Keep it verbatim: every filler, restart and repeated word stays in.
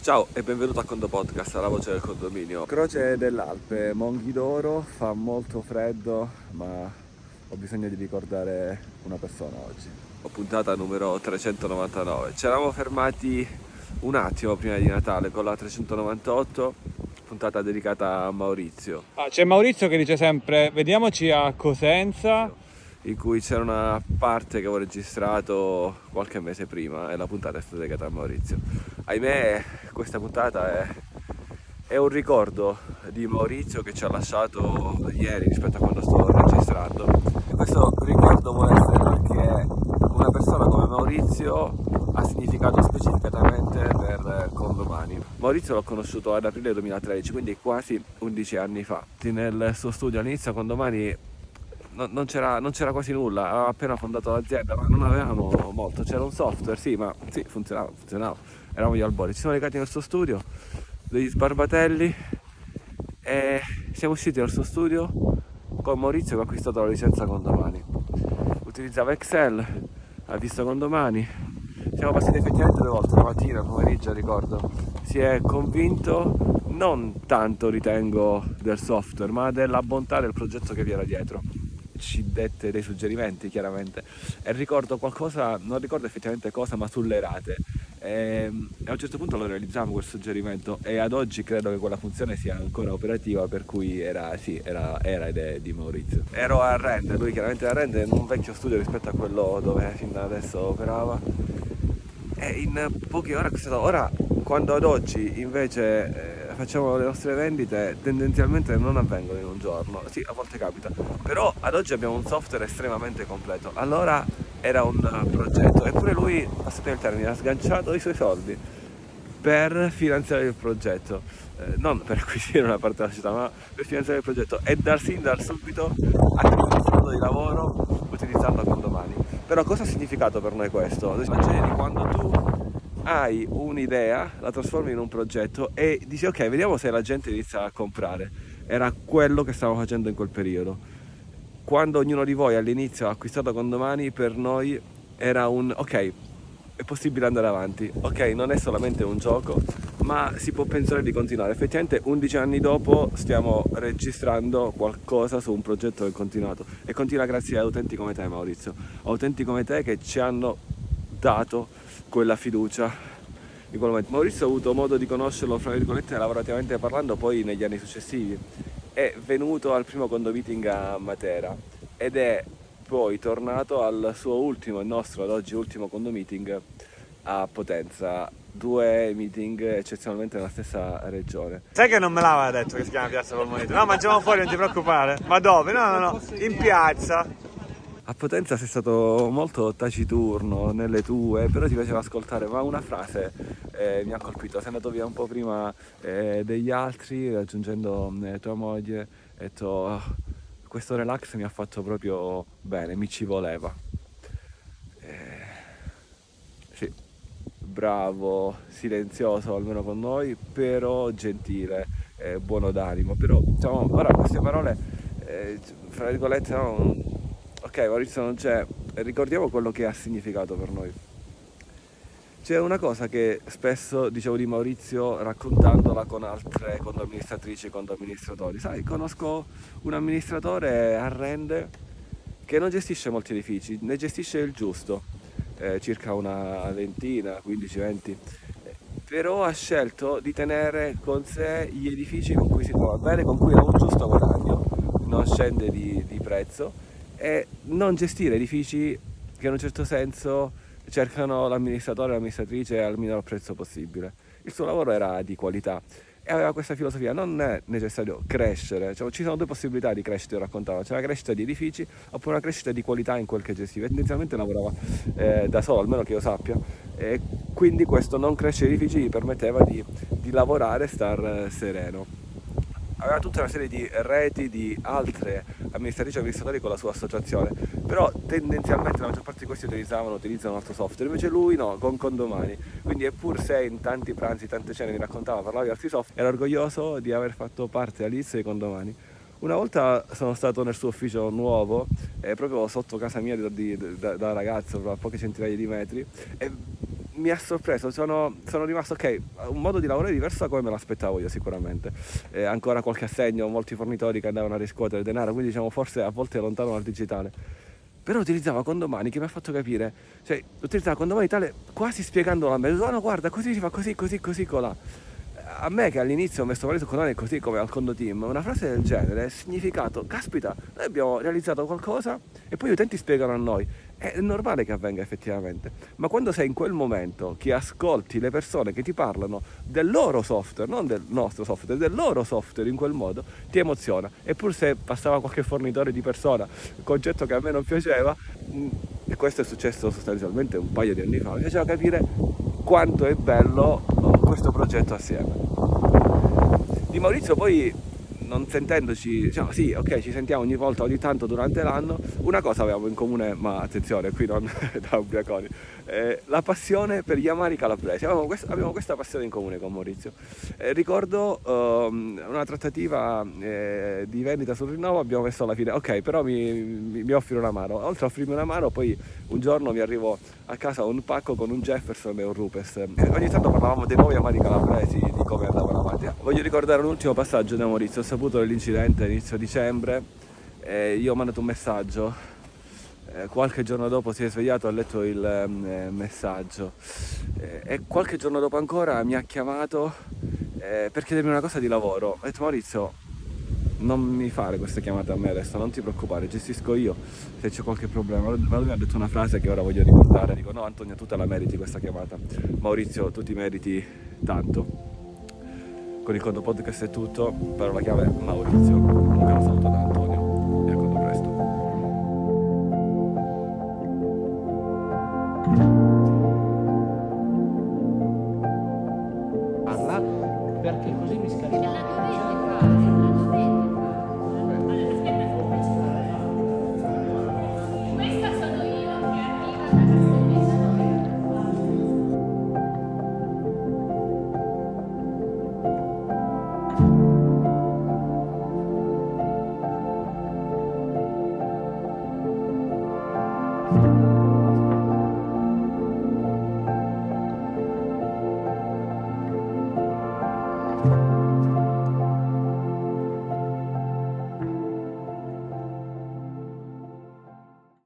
Ciao e benvenuto a Condo Podcast, alla voce del condominio. Croce dell'Alpe, Monghidoro, fa molto freddo, ma ho bisogno di ricordare una persona oggi. Puntata numero trecentonovantanove. Ci eravamo fermati un attimo prima di Natale con la trecentonovantotto, puntata dedicata a Maurizio. Ah, c'è Maurizio che dice sempre vediamoci a Cosenza, in cui c'era una parte che avevo registrato qualche mese prima e la puntata è stata dedicata a Maurizio. Ahimè, questa puntata è, è un ricordo di Maurizio che ci ha lasciato ieri rispetto a quando sto registrando. E questo ricordo vuole essere perché una persona come Maurizio ha significato specificatamente per Condomani. Maurizio l'ho conosciuto ad aprile duemilatredici, quindi quasi undici anni fa. Nel suo studio all'inizio Condomani non c'era, non c'era quasi nulla, avevamo appena fondato l'azienda, ma non avevamo molto, c'era un software, sì, ma sì, funzionava, funzionava, eravamo gli albori. Ci siamo recati nel suo studio, degli sbarbatelli, e siamo usciti dal suo studio con Maurizio che ha acquistato la licenza Condomani. Utilizzava Excel, ha visto Condomani, siamo passati effettivamente due volte, la mattina, il pomeriggio, ricordo. Si è convinto, non tanto ritengo del software, ma della bontà del progetto che vi era dietro. Ci dette dei suggerimenti chiaramente e ricordo qualcosa, non ricordo effettivamente cosa, ma sulle rate, e a un certo punto lo realizziamo quel suggerimento e ad oggi credo che quella funzione sia ancora operativa, per cui era, sì, era, era ed è di Maurizio. Ero a Rende, lui chiaramente era a Rende, in un vecchio studio rispetto a quello dove fino adesso operava, e in poche ore acquistato. Ora, quando ad oggi invece eh, facciamo le nostre vendite, tendenzialmente non avvengono in un giorno, sì, a volte capita, però ad oggi abbiamo un software estremamente completo. Allora era un progetto, eppure lui, passate il termine, ha sganciato i suoi soldi per finanziare il progetto, eh, non per acquisire una parte della città, ma per finanziare il progetto, e dal sin dal subito ha tenuto il fondo di lavoro utilizzando Condomani. Però cosa ha significato per noi questo? Immagini quando tu hai un'idea, la trasformi in un progetto e dici ok, vediamo se la gente inizia a comprare. Era quello che stavamo facendo in quel periodo. Quando ognuno di voi all'inizio ha acquistato Condomani, per noi era un ok, è possibile andare avanti, ok, non è solamente un gioco, ma si può pensare di continuare. Effettivamente undici anni dopo stiamo registrando qualcosa su un progetto che è continuato e continua grazie a utenti come te, Maurizio, a utenti come te che ci hanno dato quella fiducia in quel momento. Maurizio ha avuto modo di conoscerlo, fra virgolette, lavorativamente parlando, poi negli anni successivi. È venuto al primo Condo Meeting a Matera ed è poi tornato al suo ultimo, il nostro ad oggi ultimo Condo Meeting a Potenza. Due meeting eccezionalmente nella stessa regione. sai che non me l'aveva detto che si chiama Piazza Polmonito? No, mangiamo fuori, non ti preoccupare. Ma dove? No, no, no, in piazza. A Potenza sei stato molto taciturno nelle tue, però ti piaceva ascoltare, ma una frase eh, mi ha colpito. Sei andato via un po' prima eh, degli altri, raggiungendo eh, tua moglie, e hai detto oh, questo relax mi ha fatto proprio bene, mi ci voleva. Eh, sì, bravo, silenzioso almeno con noi, però gentile, eh, buono d'animo. Però diciamo, ora queste parole, eh, fra virgolette, no, ok, Maurizio non c'è, ricordiamo quello che ha significato per noi. C'è una cosa che spesso dicevo di Maurizio raccontandola con altre condoamministratrici e condoamministratori. Sai, conosco un amministratore a Rende che non gestisce molti edifici, ne gestisce il giusto, eh, circa una ventina, quindici venti, però ha scelto di tenere con sé gli edifici con cui si trova bene, con cui ha un giusto guadagno, non scende di, di prezzo, e non gestire edifici che in un certo senso cercano l'amministratore o l'amministratrice al minor prezzo possibile. Il suo lavoro era di qualità e aveva questa filosofia: non è necessario crescere, cioè, ci sono due possibilità di crescita, io raccontavo, c'è la crescita di edifici oppure una crescita di qualità in quel che gestiva. Tendenzialmente lavorava eh, da solo, almeno che io sappia, e quindi questo non crescere edifici gli permetteva di, di lavorare e star eh, sereno. Aveva tutta una serie di reti di altre amministratrici e amministratori con la sua associazione, però tendenzialmente la maggior parte di questi utilizzavano, utilizzano un altro software, invece lui no, con Condomani. Quindi, eppur se in tanti pranzi, tante cene mi raccontava, parlava di altri software, era orgoglioso di aver fatto parte all'inizio di Condomani. Una volta sono stato nel suo ufficio nuovo, eh, proprio sotto casa mia di, di, da, da ragazzo, a poche centinaia di metri, e mi ha sorpreso, sono, sono rimasto, ok, un modo di lavorare diverso da come me l'aspettavo io sicuramente, eh, ancora qualche assegno, molti fornitori che andavano a riscuotere denaro, quindi diciamo forse a volte è lontano dal digitale, però utilizzava condomani che mi ha fatto capire, cioè utilizzava condomani tale quasi spiegandolo a me, oh, no guarda così si fa così, così, così, colà. A me che all'inizio ho messo valore su condomani così come al Condo Team, una frase del genere, significato, caspita, noi abbiamo realizzato qualcosa e poi gli utenti spiegano a noi. È normale che avvenga effettivamente, ma quando sei in quel momento che ascolti le persone che ti parlano del loro software, non del nostro software, del loro software in quel modo, ti emoziona. Eppur se passava qualche fornitore di persona, concetto che a me non piaceva, e questo è successo sostanzialmente un paio di anni fa, mi piaceva capire quanto è bello questo progetto assieme. Di Maurizio poi, non sentendoci, diciamo sì, ok, ci sentiamo ogni volta, ogni tanto durante l'anno, una cosa avevamo in comune, ma attenzione, qui non da ubriaconi, eh, la passione per gli amari calabresi. Avevamo questa, avevamo questa passione in comune con Maurizio. Eh, ricordo um, una trattativa eh, di vendita sul rinnovo, abbiamo messo alla fine, ok, però mi, mi, mi offri un amaro. Oltre a offrirmi un amaro, poi un giorno mi arrivo a casa un pacco con un Jefferson e un Rupes. E ogni tanto parlavamo dei nuovi amari calabresi, di come andavano avanti. Voglio ricordare un ultimo passaggio da Maurizio. Ho saputo dell'incidente inizio dicembre e io ho mandato un messaggio. Eh, qualche giorno dopo si è svegliato, ha letto il eh, messaggio eh, e qualche giorno dopo ancora mi ha chiamato eh, per chiedermi una cosa di lavoro. Ho detto: Maurizio, non mi fare queste chiamate a me adesso, non ti preoccupare, gestisco io se c'è qualche problema. Ma lui mi ha detto una frase che ora voglio ricordare, dico: no Antonio, tu te la meriti questa chiamata, Maurizio, tu ti meriti tanto. Con il Condo Podcast è tutto, parola chiave Maurizio. Un caro saluto da Antonio e a Condo presto. Parla perché così mi scarica. Questa sono io che arriva da